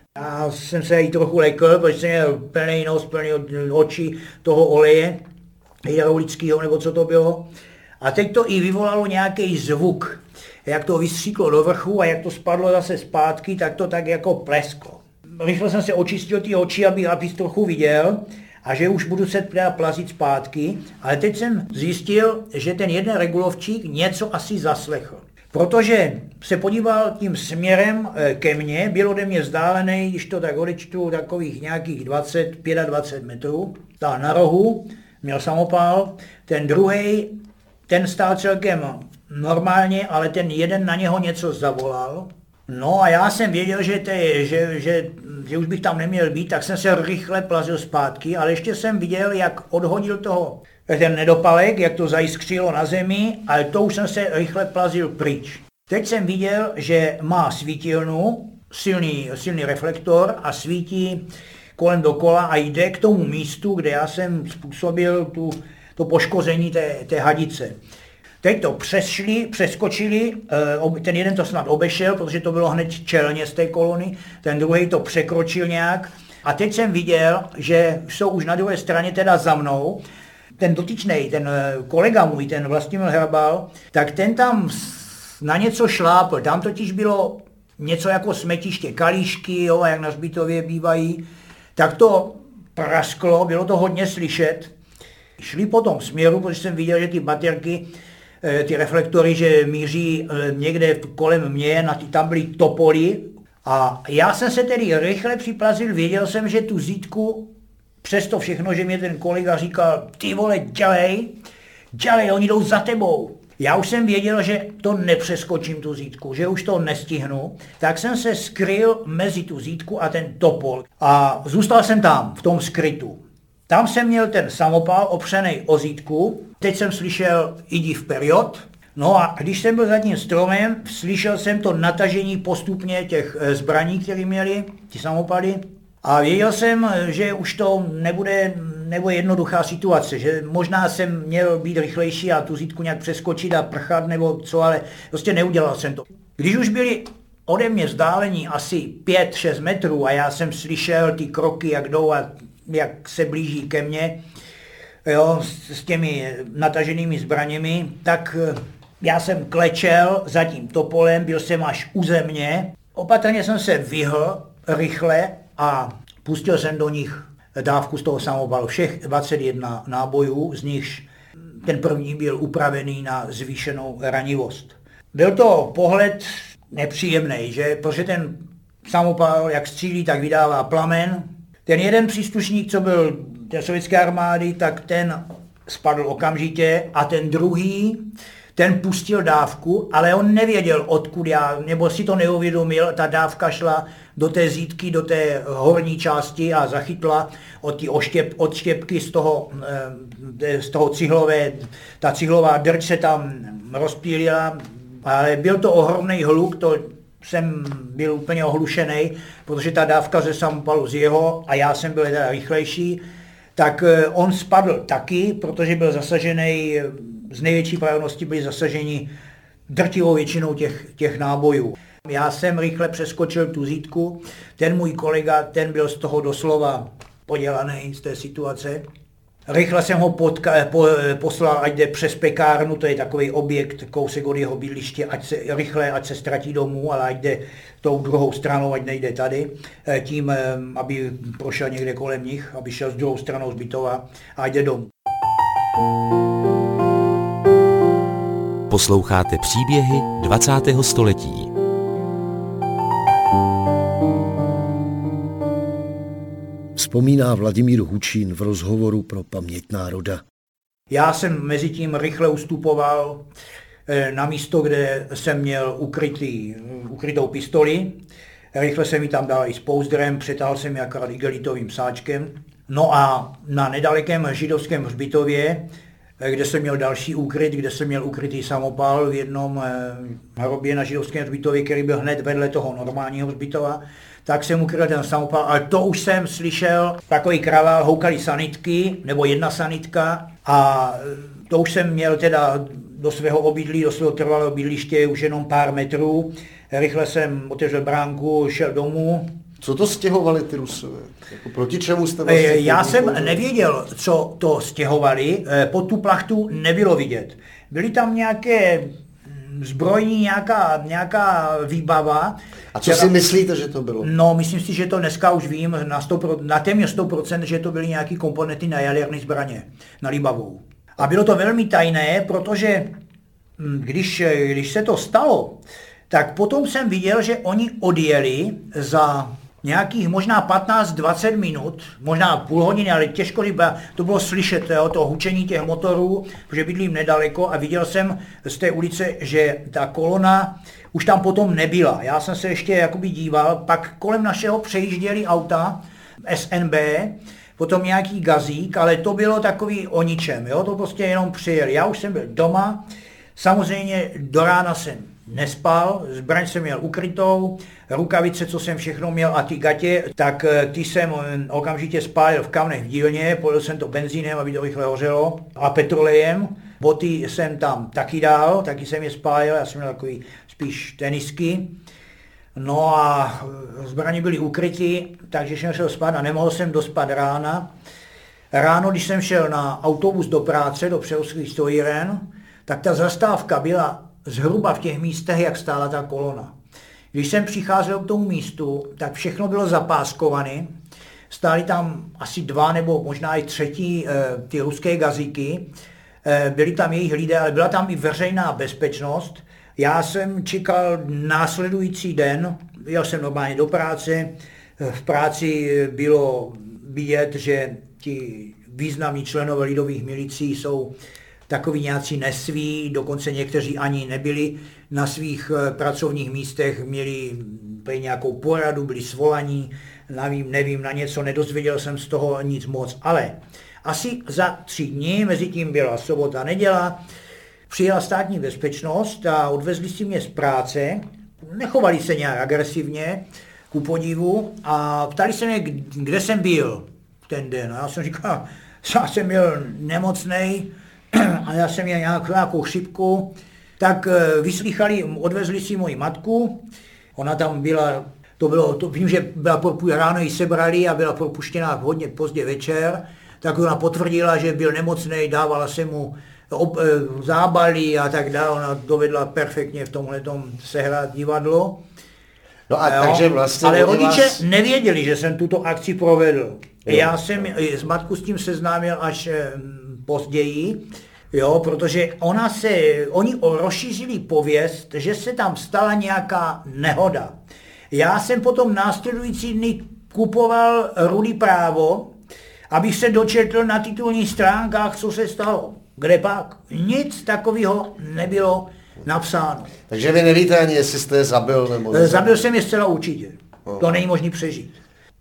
S3: Já jsem se jí trochu lekl, protože jsem měl plný nos, plný oči toho oleje hydraulického, nebo co to bylo. A teď to i vyvolalo nějaký zvuk. Jak to vystříklo do vrchu a jak to spadlo zase zpátky, tak to tak jako plesklo. Rychle jsem se očistil ty oči, aby abys trochu viděl a že už budu se teda plazit zpátky, ale teď jsem zjistil, že ten jeden regulovčík něco asi zaslechl. Protože se podíval tím směrem ke mně, byl ode mě vzdálený, když to tak odečtu, takových nějakých dvacet, dvacet pět metrů, stál na rohu, měl samopal, ten druhej, ten stál celkem normálně, ale ten jeden na něho něco zavolal. No a já jsem věděl, že, to je, že, že, že už bych tam neměl být, tak jsem se rychle plazil zpátky, ale ještě jsem viděl, jak odhodil toho ten nedopalek, jak to zajiskřilo na zemi, ale to už jsem se rychle plazil pryč. Teď jsem viděl, že má svítilnu, silný, silný reflektor a svítí kolem dokola a jde k tomu místu, kde já jsem způsobil tu, to poškození té, té hadice. Teď to přešli, přeskočili, ten jeden to snad obešel, protože to bylo hned čelně z té kolony, ten druhý to překročil nějak a teď jsem viděl, že jsou už na druhé straně teda za mnou. Ten dotyčnej, ten kolega můj, ten Vlastimil Hrabal, tak ten tam na něco šlápl, tam totiž bylo něco jako smetiště, kalíšky, jo, jak na Zbytově bývají, tak to prasklo, bylo to hodně slyšet. Šli po tom směru, protože jsem viděl, že ty baterky, ty reflektory, že míří někde kolem mě, na ty, tam byly topoly a já jsem se tedy rychle připlazil, věděl jsem, že tu zítku, přes to všechno, že mě ten kolega říkal, ty vole, dělej, dělej, oni jdou za tebou. Já už jsem věděl, že to nepřeskočím tu zítku, že už to nestihnu, tak jsem se skryl mezi tu zítku a ten topol a zůstal jsem tam, v tom skrytu. Tam jsem měl ten samopal opřený o zítku, teď jsem slyšel jdi vperiod, no a když jsem byl za tím stromem, slyšel jsem to natažení postupně těch zbraní, které měli, ty samopaly, a věděl jsem, že už to nebude, nebude jednoduchá situace, že možná jsem měl být rychlejší a tu zítku nějak přeskočit a prchat nebo co, ale prostě neudělal jsem to. Když už byli ode mě vzdálení asi pět šest metrů a já jsem slyšel ty kroky, jak jdou a jak se blíží ke mně, jo, s těmi nataženými zbraněmi, tak já jsem klečel za tím topolem, byl jsem až u země, opatrně jsem se vyhl rychle a pustil jsem do nich dávku z toho samopalu, všech dvacet jedna nábojů, z nichž ten první byl upravený na zvýšenou ranivost. Byl to pohled nepříjemný, že? Protože ten samopal, jak střílí, tak vydává plamen. Ten jeden příslušník, co byl té sovětské armády, tak ten spadl okamžitě a ten druhý, ten pustil dávku, ale on nevěděl, odkud já, nebo si to neuvědomil, ta dávka šla do té zítky, do té horní části a zachytla od ty oštěp, odštěpky z toho, z toho cihlové, ta cihlová drť se tam rozpílila, ale byl to ohromný hluk, to jsem byl úplně ohlušený, protože ta dávka ze samopalu z jeho a já jsem byl teda rychlejší, tak on spadl taky, protože byl zasažený, z největší pravděpodobností byli zasaženi drtivou většinou těch, těch nábojů. Já jsem rychle přeskočil tu zítku, ten můj kolega, ten byl z toho doslova podělaný z té situace. Rychle jsem ho potka, po, poslal, ať jde přes pekárnu, to je takový objekt, kousek od jeho bydliště, ať se rychle, ať se ztratí domů, ale ať jde tou druhou stranou, ať nejde tady, tím, aby prošel někde kolem nich, aby šel z druhou stranou z Bytova a ať jde domů.
S1: Posloucháte příběhy dvacátého století.
S2: Vzpomíná Vladimír Hučín v rozhovoru pro Paměť národa.
S3: Já jsem mezi tím rychle ustupoval na místo, kde jsem měl ukrytý, ukrytou pistoli. Rychle jsem ji tam dal i s pouzdrem, přetáhl jsem ji akorát igelitovým sáčkem. No a na nedalekém židovském hřbitově, kde jsem měl další úkryt, kde jsem měl ukrytý samopal v jednom hrobě na židovském hřbitově, který byl hned vedle toho normálního hřbitova, tak jsem ukryl ten samopal, ale to už jsem slyšel takový kravál, houkali sanitky, nebo jedna sanitka a to už jsem měl teda do svého obydlí, do svého trvalého bydliště už jenom pár metrů. Rychle jsem otevřel bránku, šel domů.
S4: Co to stěhovali ty Rusové? Jako proti čemu jste vlastně...
S3: Já jsem nevěděl, co to stěhovali, pod tu plachtu nebylo vidět. Byly tam nějaké zbrojní, nějaká, nějaká výbava.
S4: A co si myslíte, že to bylo?
S3: No, myslím si, že to dneska už vím na, sto, na téměř sto procent, že to byly nějaké komponenty na jaderné zbraně, na Libavou. A bylo to velmi tajné, protože když, když se to stalo, tak potom jsem viděl, že oni odjeli za nějakých možná patnáct dvacet minut, možná půl hodiny, ale těžko říct, to bylo slyšet, jo, to hučení těch motorů, protože bydlím nedaleko a viděl jsem z té ulice, že ta kolona už tam potom nebyla. Já jsem se ještě jakoby díval, pak kolem našeho přejížděli auta S N B, potom nějaký gazík, ale to bylo takový o ničem, jo, to prostě jenom přijeli. Já už jsem byl doma, samozřejmě do rána jsem nespal, zbraň jsem měl ukrytou, rukavice, co jsem všechno měl a ty gatě, tak ty jsem okamžitě spálil v kamnech v dílně, polil jsem to benzínem, aby to rychle hořelo a petrolejem. Boty jsem tam taky dal, taky jsem je spálil, já jsem měl takový spíš tenisky. No a zbraně byly ukryty, takže jsem šel spát a nemohl jsem dospat rána. Ráno, když jsem šel na autobus do práce, do Přerovských stojíren, tak ta zastávka byla zhruba v těch místech, jak stála ta kolona. Když jsem přicházel k tomu místu, tak všechno bylo zapáskované. Stály tam asi dva nebo možná i třetí e, ty ruské gazíky. E, byli tam jejich lidé, ale byla tam i veřejná bezpečnost. Já jsem čekal následující den, jel jsem normálně do práce. V práci bylo vidět, že ti významní členové lidových milicí jsou takoví nějací nesví, dokonce někteří ani nebyli na svých pracovních místech, měli nějakou poradu, byli svolaní, nevím, nevím, na něco, nedozvěděl jsem z toho nic moc, ale asi za tři dny, mezi tím byla sobota, neděla, přijela státní bezpečnost a odvezli si mě z práce, nechovali se nějak agresivně, ku podivu, a ptali se mě, kde jsem byl ten den. A já jsem říkal, já jsem byl nemocnej, a já jsem měl nějakou, nějakou chřipku, tak vyslýchali, odvezli si moji matku, ona tam byla, to bylo, to, vím, že byla půl ráno ji sebrali a byla propuštěná hodně pozdě večer, tak ona potvrdila, že byl nemocný, dávala se mu ob, zábaly a tak dále, ona dovedla perfektně v tomhletom sehrát divadlo.
S4: No a takže vlastně
S3: ale rodiče
S4: vás...
S3: nevěděli, že jsem tuto akci provedl. Jo, já jsem jo. s matku s tím seznámil až později, jo, protože ona se, oni rozšířili pověst, že se tam stala nějaká nehoda. Já jsem potom následující dny kupoval Rudý právo, abych se dočetl na titulních stránkách, co se stalo. Kde pak? Nic takového nebylo napsáno.
S4: Takže vy nevíte ani, jestli jste je zabil nebo nezabil.
S3: Zabil jsem je zcela určitě. Oh. To není možné přežít.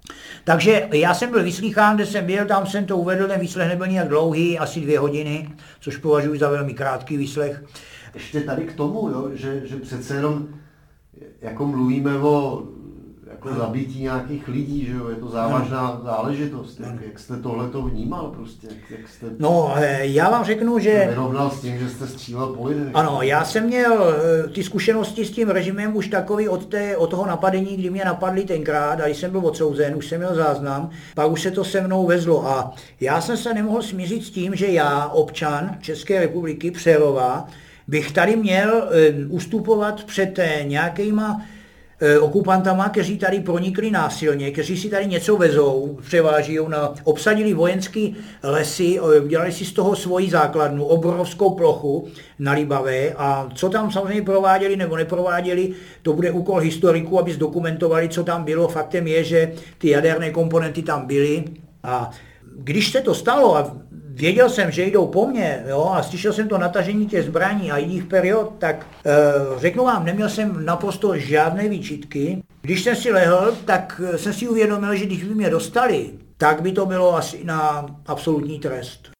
S3: Takže já jsem byl vyslýchán, kde jsem byl, tam jsem to uvedl, ten výslech nebyl nějak dlouhý, asi dvě hodiny, což považuji za velmi krátký výslech.
S4: Ještě tady k tomu, jo, že, že přece jenom jako mluvíme o jako zabití nějakých lidí, že jo, je to závažná no. záležitost. Jak, jak jste tohle to vnímal prostě? Jak, jak jste
S3: no, já vám řeknu, že...
S4: vyrovnal s tím, že jste střílel po lidech.
S3: Ano, já jsem měl ty zkušenosti s tím režimem už takový od, té, od toho napadení, kdy mě napadli tenkrát, a když jsem byl odsouzen, už jsem měl záznam, pak už se to se mnou vezlo a já jsem se nemohl smířit s tím, že já, občan České republiky, Přerova, bych tady měl ustupovat před nějakýma okupantama, kteří tady pronikli násilně, kteří si tady něco vezou, převáží, na, obsadili vojenské lesy, udělali si z toho svoji základnu, obrovskou plochu na Líbavé a co tam samozřejmě prováděli nebo neprováděli, to bude úkol historiků, aby zdokumentovali, co tam bylo. Faktem je, že ty jaderné komponenty tam byly a když se to stalo a věděl jsem, že jdou po mně, jo, a slyšel jsem to natažení těch zbraní a jiných period, tak e, řeknu vám, neměl jsem naprosto žádné výčitky. Když jsem si lehl, tak jsem si uvědomil, že když by mě dostali, tak by to bylo asi na absolutní trest.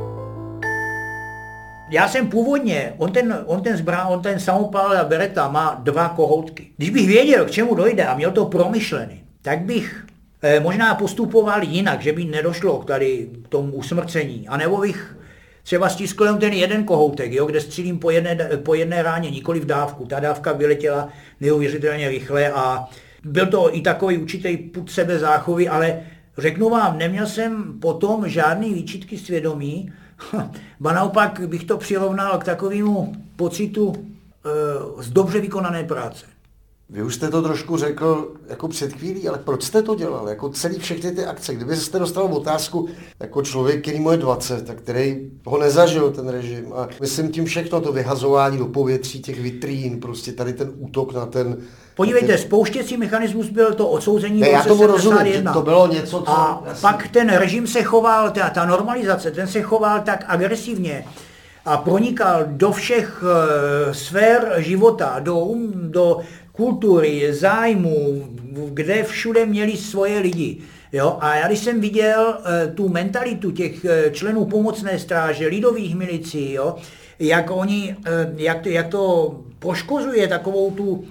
S3: Já jsem původně, on ten, on ten zbrán, on ten samopal a bereta má dva kohoutky. Když bych věděl, k čemu dojde a měl to promyšlený, tak bych možná postupoval jinak, že by nedošlo k tady tomu usmrcení. A nebo bych třeba stiskl jen ten jeden kohoutek, jo, kde střílím po jedné, po jedné ráně, nikoli v dávku. Ta dávka vyletěla neuvěřitelně rychle a byl to i takový určitý pud sebezáchovy, ale řeknu vám, neměl jsem potom žádný výčitky svědomí, ba naopak bych to přirovnal k takovému pocitu e, z dobře vykonané práce.
S4: Vy už jste to trošku řekl jako před chvílí, ale proč jste to dělal? Jako celý všechny ty akce. Kdyby jste dostal otázku jako člověk, který mu je dvacet, tak který ho nezažil ten režim. A myslím tím všechno, to vyhazování do povětří těch vitrín, prostě tady ten útok na ten...
S3: Podívejte,
S4: ten...
S3: spouštěcí mechanismus byl to odsouzení
S4: ne,
S3: v
S4: roce sedmdesát jedna. To bylo něco, co...
S3: A jasný. Pak ten režim se choval, ta, ta normalizace, ten se choval tak agresivně a pronikal do všech uh, sfér života, do, um, do kultury, zájmu, kde všude měli svoje lidi. Jo? A já když jsem viděl uh, tu mentalitu těch uh, členů pomocné stráže, lidových milicí, jo? Jak, oni, uh, jak, to, jak to poškozuje takovou tu, uh,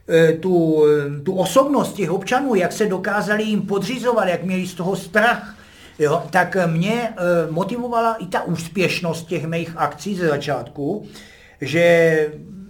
S3: tu, tu osobnost těch občanů, jak se dokázali jim podřizovat, jak měli z toho strach, jo? Tak mě uh, motivovala i ta úspěšnost těch mých akcí ze začátku, že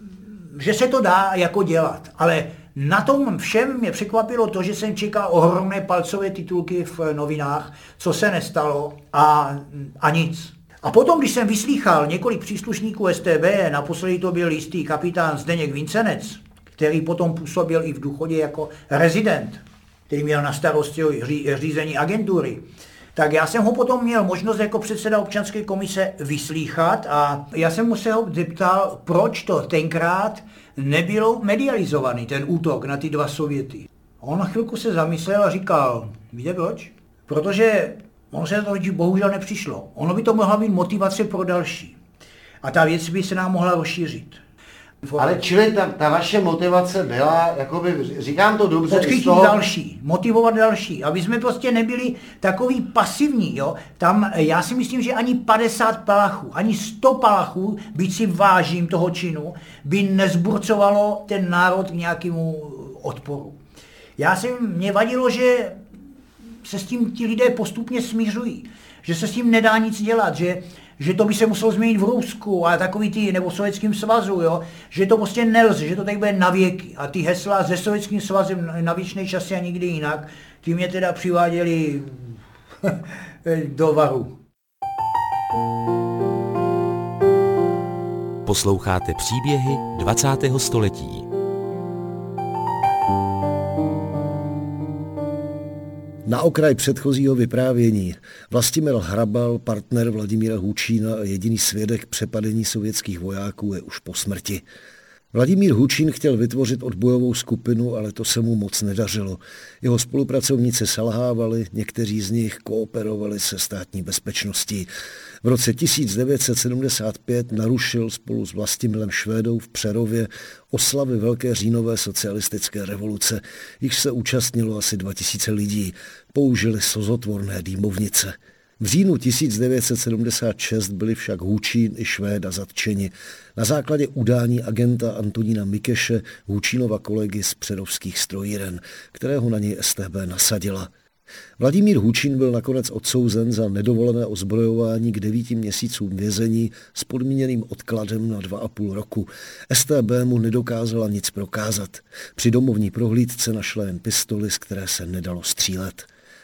S3: že se to dá jako dělat, ale na tom všem mě překvapilo to, že jsem čekal ohromné palcové titulky v novinách, co se nestalo a, a nic. A potom, když jsem vyslýchal několik příslušníků S T B, naposledy to byl jistý kapitán Zdeněk Vincenec, který potom působil i v Důchodě jako rezident, který měl na starosti řízení agentury, tak já jsem ho potom měl možnost jako předseda občanské komise vyslýchat a já jsem mu se ho zeptal, proč to tenkrát nebylo medializovaný, ten útok na ty dva Sověty. On na chvilku se zamyslel a říkal, víte proč? Protože ono se to bohužel nepřišlo. Ono by to mohla být motivace pro další. A ta věc by se nám mohla rozšířit.
S4: Ale čili ta, ta vaše motivace byla, jakoby, říkám to dobře,
S3: Podchytit
S4: toho...
S3: další, motivovat další, aby jsme prostě nebyli takový pasivní, jo. Tam, já si myslím, že ani padesát palachů, ani sto palachů, byť si vážím toho činu, by nezburcovalo ten národ k nějakému odporu. Já si, mě vadilo, že se s tím ti lidé postupně smířují, že se s tím nedá nic dělat, že že to by se muselo změnit v Rusku a takový ty, nebo v Sovětském svazu, jo? Že to prostě nelze, že to tak bude na věky. A ty hesla se Sovětským svazem na věčné časy a nikdy jinak, ty mě teda přiváděli do varu.
S1: Posloucháte příběhy dvacátého století.
S2: Na okraj předchozího vyprávění Vlastimil Hrabal, partner Vladimíra Hůčína a jediný svědek přepadení sovětských vojáků, je už po smrti. Vladimír Hůčín chtěl vytvořit odbojovou skupinu, ale to se mu moc nedařilo. Jeho spolupracovníci selhávali, někteří z nich kooperovali se státní bezpečností. V roce tisíc devět set sedmdesát pět narušil spolu s Vlastimilem Švédou v Přerově oslavy Velké říjnové socialistické revoluce, jichž se účastnilo asi dva tisíce lidí. Použili slzotvorné dýmovnice. V říjnu tisíc devět set sedmdesát šest byli však Hůčín i Švéda zatčeni na základě udání agenta Antonína Mikeše, Hůčínova kolegy z přerovských strojíren, kterého na něj S T B nasadila. Vladimír Hůčín byl nakonec odsouzen za nedovolené ozbrojování k devíti měsícům vězení s podmíněným odkladem na dva a půl roku. S T B mu nedokázala nic prokázat. Při domovní prohlídce našla jen pistoli, z které se nedalo střílet.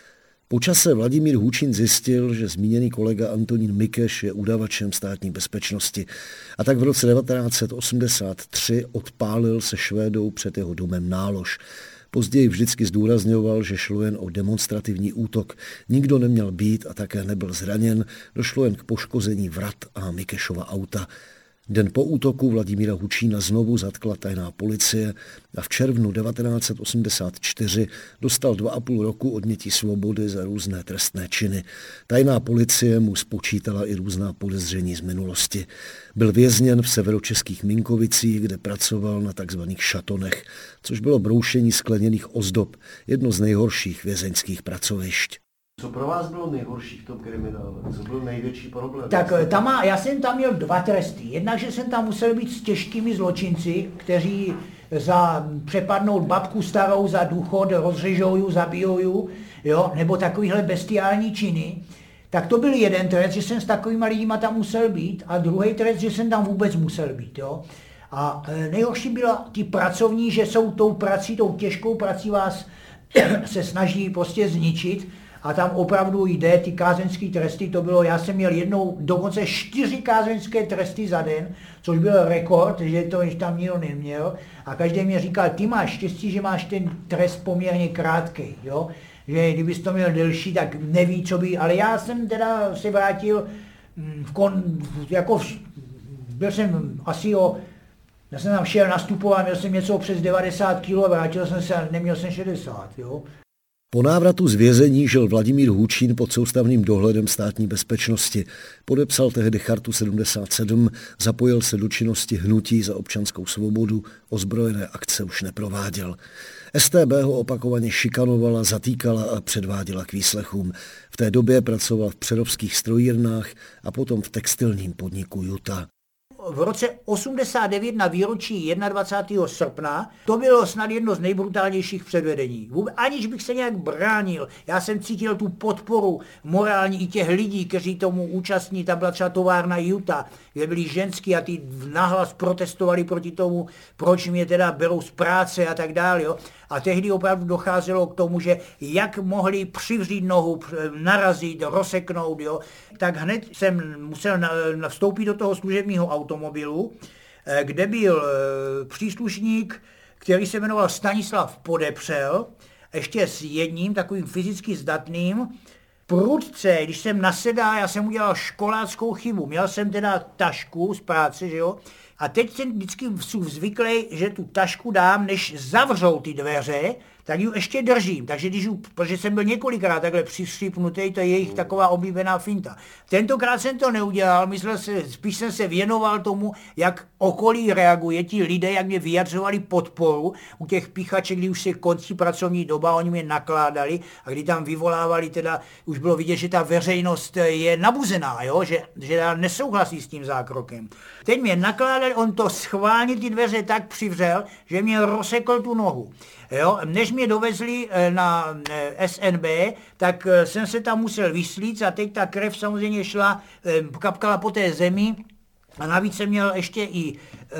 S2: Po čase Vladimír Hůčín zjistil, že zmíněný kolega Antonín Mikeš je udavačem státní bezpečnosti a tak v roce devatenáct set osmdesát tři odpálil se Švédou před jeho domem nálož. Později vždycky zdůrazňoval, že šlo jen o demonstrativní útok, nikdo neměl být a také nebyl zraněn, došlo jen k poškození vrat a Mikešova auta. Den po útoku Vladimíra Hůčína znovu zatkla tajná policie a v červnu devatenáct set osmdesát čtyři dostal dva a půl roku odnětí svobody za různé trestné činy. Tajná policie mu spočítala i různá podezření z minulosti. Byl vězněn v severočeských Minkovicích, kde pracoval na takzvaných šatonech, což bylo broušení skleněných ozdob, jedno z nejhorších vězeňských pracovišť.
S4: Co pro vás bylo nejhorší v tom kriminále? Co byl největší problém?
S3: Tak tam má, já jsem tam měl dva tresty. Jednak, že jsem tam musel být s těžkými zločinci, kteří za přepadnout babku starou za důchod rozřežou, zabijou, jo, nebo takovýhle bestiální činy. Tak to byl jeden trest, že jsem s takovýma lidima tam musel být, a druhý trest, že jsem tam vůbec musel být, jo. A nejhorší bylo ty pracovní, že jsou tou prací, tou těžkou prací vás se snaží prostě zničit. A tam opravdu jde, ty kázeňské tresty, to bylo, já jsem měl jednou dokonce čtyři kázeňské tresty za den, což byl rekord, že to ještě tam nikdo neměl. A každý mě říkal, ty máš štěstí, že máš ten trest poměrně krátký, jo? Že kdybys to měl delší, tak neví, co by, ale já jsem teda se vrátil, v kon, jako v, byl jsem asi o, já jsem tam šel nastupovat, měl jsem něco přes devadesát kilo, vrátil jsem se, neměl jsem šedesát, jo?
S2: Po návratu z vězení žil Vladimír Hůčín pod soustavným dohledem státní bezpečnosti. Podepsal tehdy chartu sedmdesát sedm, zapojil se do činnosti hnutí za občanskou svobodu, ozbrojené akce už neprováděl. S T B ho opakovaně šikanovala, zatýkala a předváděla k výslechům. V té době pracoval v přerovských strojírnách a potom v textilním podniku Juta.
S3: V roce osmdesát devět na výročí dvacátého prvního srpna to bylo snad jedno z nejbrutálnějších předvedení. Aniž bych se nějak bránil, já jsem cítil tu podporu morální i těch lidí, kteří tomu účastní, ta byla třeba továrna Juta, kde byli ženský a ty nahlas protestovali proti tomu, proč mě teda berou z práce a tak dále. Jo. A tehdy opravdu docházelo k tomu, že jak mohli přivřít nohu, narazit, rozseknout, jo, tak hned jsem musel vstoupit do toho služebního automobilu, kde byl příslušník, který se jmenoval Stanislav Podepřel, ještě s jedním takovým fyzicky zdatným. Prudce, když jsem nasedal, já jsem udělal školáckou chybu. Měl jsem teda tašku z práce, že jo? A teď jsem vždycky zvyklý, že tu tašku dám, než zavřou ty dveře, tak ji ještě držím. Takže když ju, protože jsem byl několikrát takhle přišípnutý, to je jejich taková oblíbená finta. Tentokrát jsem to neudělal, myslel se, spíš jsem se věnoval tomu, jak okolí reaguje, ti lidé, jak mě vyjadřovali podporu u těch píchaček, kdy už se končí pracovní doba, oni mě nakládali a kdy tam vyvolávali, teda už bylo vidět, že ta veřejnost je nabuzená, jo? Že, že nesouhlasí s tím zákrokem. Teď mě nakládali, on to schválně ty dveře tak přivřel, že mě rozsekl tu nohu. Jo, než mě dovezli na S N B, tak jsem se tam musel vyslít a teď ta krev samozřejmě šla, kapkala po té zemi a navíc jsem měl ještě i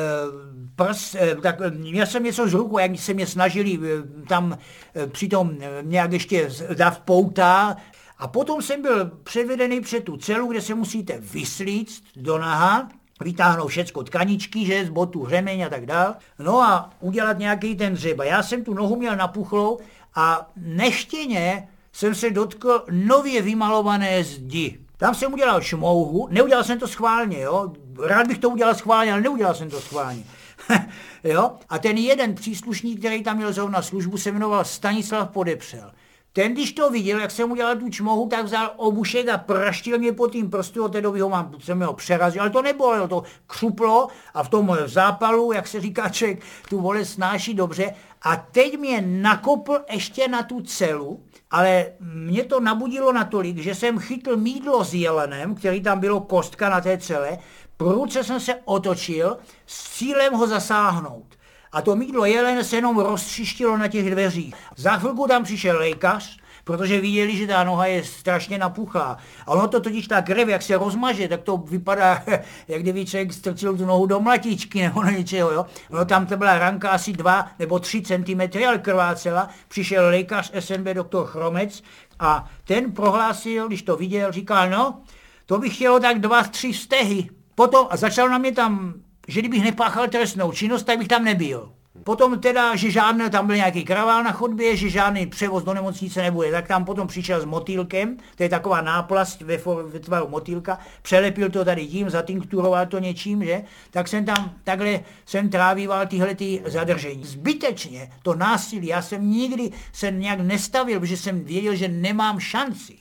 S3: prs, tak měl jsem něco z rukou, jak se mě snažili tam přitom nějak ještě dát pouta. A potom jsem byl převedený před tu celu, kde se musíte vyslít do naha, vytáhnout všecko, tkaničky, že z botu, řemeň a tak dál, no a udělat nějaký ten dřeba. Já jsem tu nohu měl napuchlou a neštěně jsem se dotkl nově vymalované zdi. Tam jsem udělal šmouhu, neudělal jsem to schválně, jo, rád bych to udělal schválně, ale neudělal jsem to schválně. Jo? A ten jeden příslušník, který tam měl zrovna službu, se jmenoval Stanislav Podepřel. Ten, když to viděl, jak jsem udělal tu čmohu, tak vzal obušek a praštil mě po tým prstu, od té doby ho mám, jsem ho přerazil, ale to nebolelo, to křuplo a v tom zápalu, jak se říká člověk, tu bolest snáší dobře. A teď mě nakopl ještě na tu celu, ale mě to nabudilo natolik, že jsem chytl mýdlo s jelenem, který tam bylo kostka na té cele, prudce jsem se otočil s cílem ho zasáhnout. A to mýdlo jelen se jenom roztřištilo na těch dveřích. Za chvilku tam přišel lékař, protože viděli, že ta noha je strašně napuchlá. A ono to totiž ta krev, jak se rozmaže, tak to vypadá, jak kdyby člověk strčil tu nohu do mlatičky nebo na něčeho, jo. Ono tam to byla ranka asi dva nebo tři centimetry, ale krvácela. Přišel lékař S N B doktor Chromec a ten prohlásil, když to viděl, říkal, no, to bych chtělo tak dva, tři stehy. Potom a začal na mě tam, že kdybych nepáchal trestnou činnost, tak bych tam nebyl. Potom teda, že žádný, tam byl nějaký kravál na chodbě, že žádný převoz do nemocnice nebude, tak tam potom přišel s motýlkem, to je taková náplast ve, ve tvaru motýlka, přelepil to tady tím, zatinkturoval to něčím, že? Tak jsem tam, takhle jsem trávíval tyhle ty zadržení. Zbytečně to násilí, já jsem nikdy se nějak nestavil, protože jsem věděl, že nemám šanci.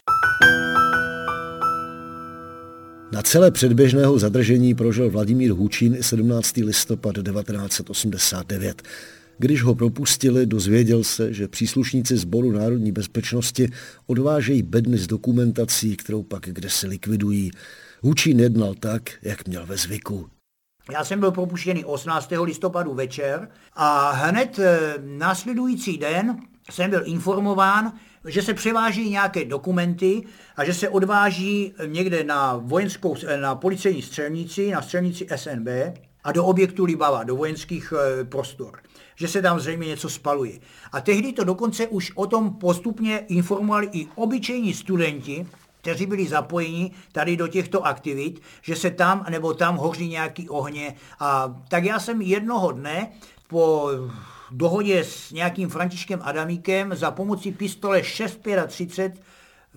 S2: Na celé předběžného zadržení prožil Vladimír Hučín i sedmnáctého listopadu devatenáct set osmdesát devět. Když ho propustili, dozvěděl se, že příslušníci Sboru národní bezpečnosti odvážejí bedny s dokumentací, kterou pak kdesi likvidují. Hučín jednal tak, jak měl ve zvyku.
S3: Já jsem byl propuštěný osmnáctého listopadu večer a hned následující den jsem byl informován, že se převáží nějaké dokumenty a že se odváží někde na vojenskou, na policejní střelnici, na střelnici S N B a do objektu Libava, do vojenských e, prostor. Že se tam zřejmě něco spaluje. A tehdy to dokonce už o tom postupně informovali i obyčejní studenti, kteří byli zapojeni tady do těchto aktivit, že se tam nebo tam hoří nějaký ohně. A tak já jsem jednoho dne po dohodě s nějakým Františkem Adamíkem za pomocí pistole šest třicet pět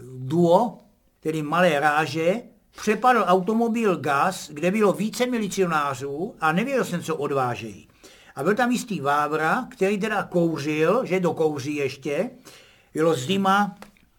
S3: Duo, tedy malé ráže, přepadl automobil Gaz, kde bylo více milicionářů a nevěděl jsem, co odvážejí. A byl tam jistý Vávra, který teda kouřil, že dokouří ještě, bylo zima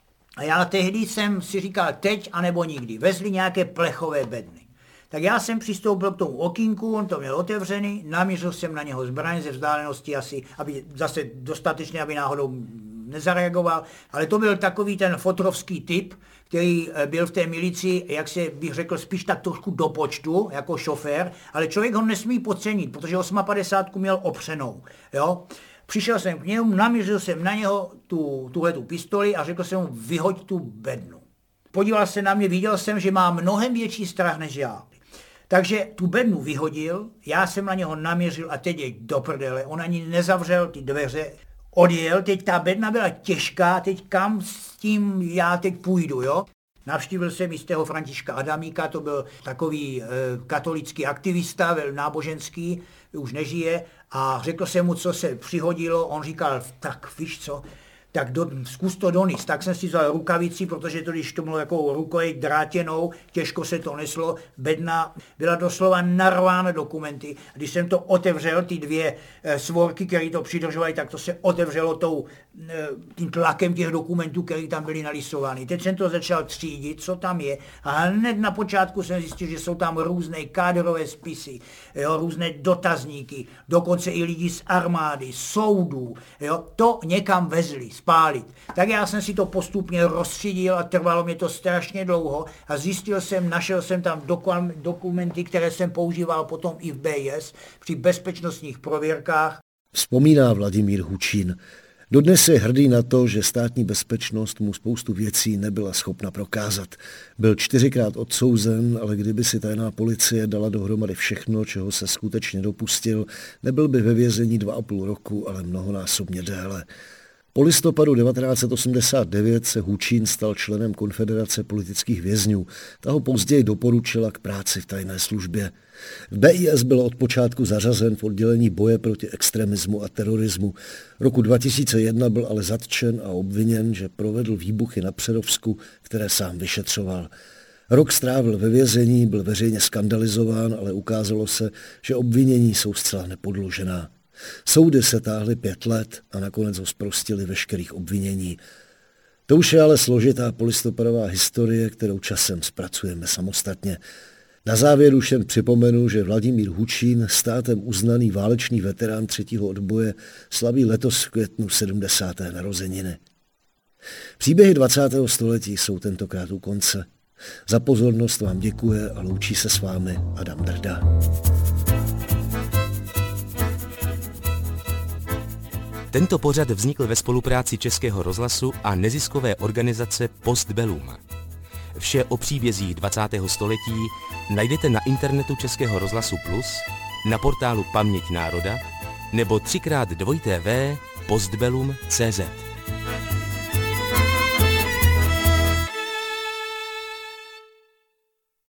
S3: a já tehdy jsem si říkal teď anebo nikdy. Vezli nějaké plechové bedny. Tak já jsem přistoupil k tomu okýnku, on to měl otevřený, namířil jsem na něho zbraň ze vzdálenosti asi, aby zase dostatečně, aby náhodou nezareagoval, ale to byl takový ten fotrovský typ, který byl v té milici, jak se bych řekl, spíš tak trošku do počtu, jako šofér, ale člověk ho nesmí podcenit, protože padesát osm měl opřenou, jo. Přišel jsem k němu, namířil jsem na něho tu, tuhletu pistoli a řekl jsem mu, vyhoď tu bednu. Podíval se na mě, viděl jsem, že má mnohem větší strach než já. Takže tu bednu vyhodil, já jsem na něho naměřil a teď je do prdele. On ani nezavřel ty dveře, odjel, teď ta bedna byla těžká, teď kam s tím já teď půjdu, jo? Navštívil jsem jistého Františka Adamíka, to byl takový e, katolický aktivista, vel náboženský, už nežije, a řekl jsem mu, co se přihodilo, on říkal, tak víš co, tak do, zkus to donést. Tak jsem si vzal rukavici, protože to, když to bylo jako rukojeť drátěnou, těžko se to neslo, bedna byla doslova narvána dokumenty. Když jsem to otevřel, ty dvě e, svorky, které to přidržovaly, tak to se otevřelo tou, e, tím tlakem těch dokumentů, které tam byly nalisovány. Teď jsem to začal třídit, co tam je, a hned na počátku jsem zjistil, že jsou tam různé kádrové spisy, jo, různé dotazníky, dokonce i lidi z armády, soudů, jo, to někam vezli spálit. Tak já jsem si to postupně rozstřídil a trvalo mě to strašně dlouho a zjistil jsem, našel jsem tam dokumenty, které jsem používal potom i v B I S při bezpečnostních prověrkách.
S2: Vzpomíná Vladimír Hučín. Dodnes je hrdý na to, že státní bezpečnost mu spoustu věcí nebyla schopna prokázat. Byl čtyřikrát odsouzen, ale kdyby si tajná policie dala dohromady všechno, čeho se skutečně dopustil, nebyl by ve vězení dva a půl roku, ale mnohonásobně déle. Po listopadu devatenáct set osmdesát devět se Hučín stal členem Konfederace politických vězňů. Ta ho později doporučila k práci v tajné službě. V B I S byl od počátku zařazen v oddělení boje proti extremismu a terorismu. Roku dva tisíce jedna byl ale zatčen a obviněn, že provedl výbuchy na Přerovsku, které sám vyšetřoval. Rok strávil ve vězení, byl veřejně skandalizován, ale ukázalo se, že obvinění jsou zcela nepodložená. Soudy se táhly pět let a nakonec ho zprostili veškerých obvinění. To už je ale složitá polistopadová historie, kterou časem zpracujeme samostatně. Na závěr už jen připomenu, že Vladimír Hučín, státem uznaný válečný veterán třetího odboje, slaví letos v květnu sedmdesáté narozeniny. Příběhy dvacátého století jsou tentokrát u konce. Za pozornost vám děkuje a loučí se s vámi Adam Drda.
S1: Tento pořad vznikl ve spolupráci Českého rozhlasu a neziskové organizace Postbellum. Vše o příbězích dvacátého století najdete na internetu Českého rozhlasu Plus, na portálu Paměť národa nebo třikrát dvojité v postbellum tečka cé zet.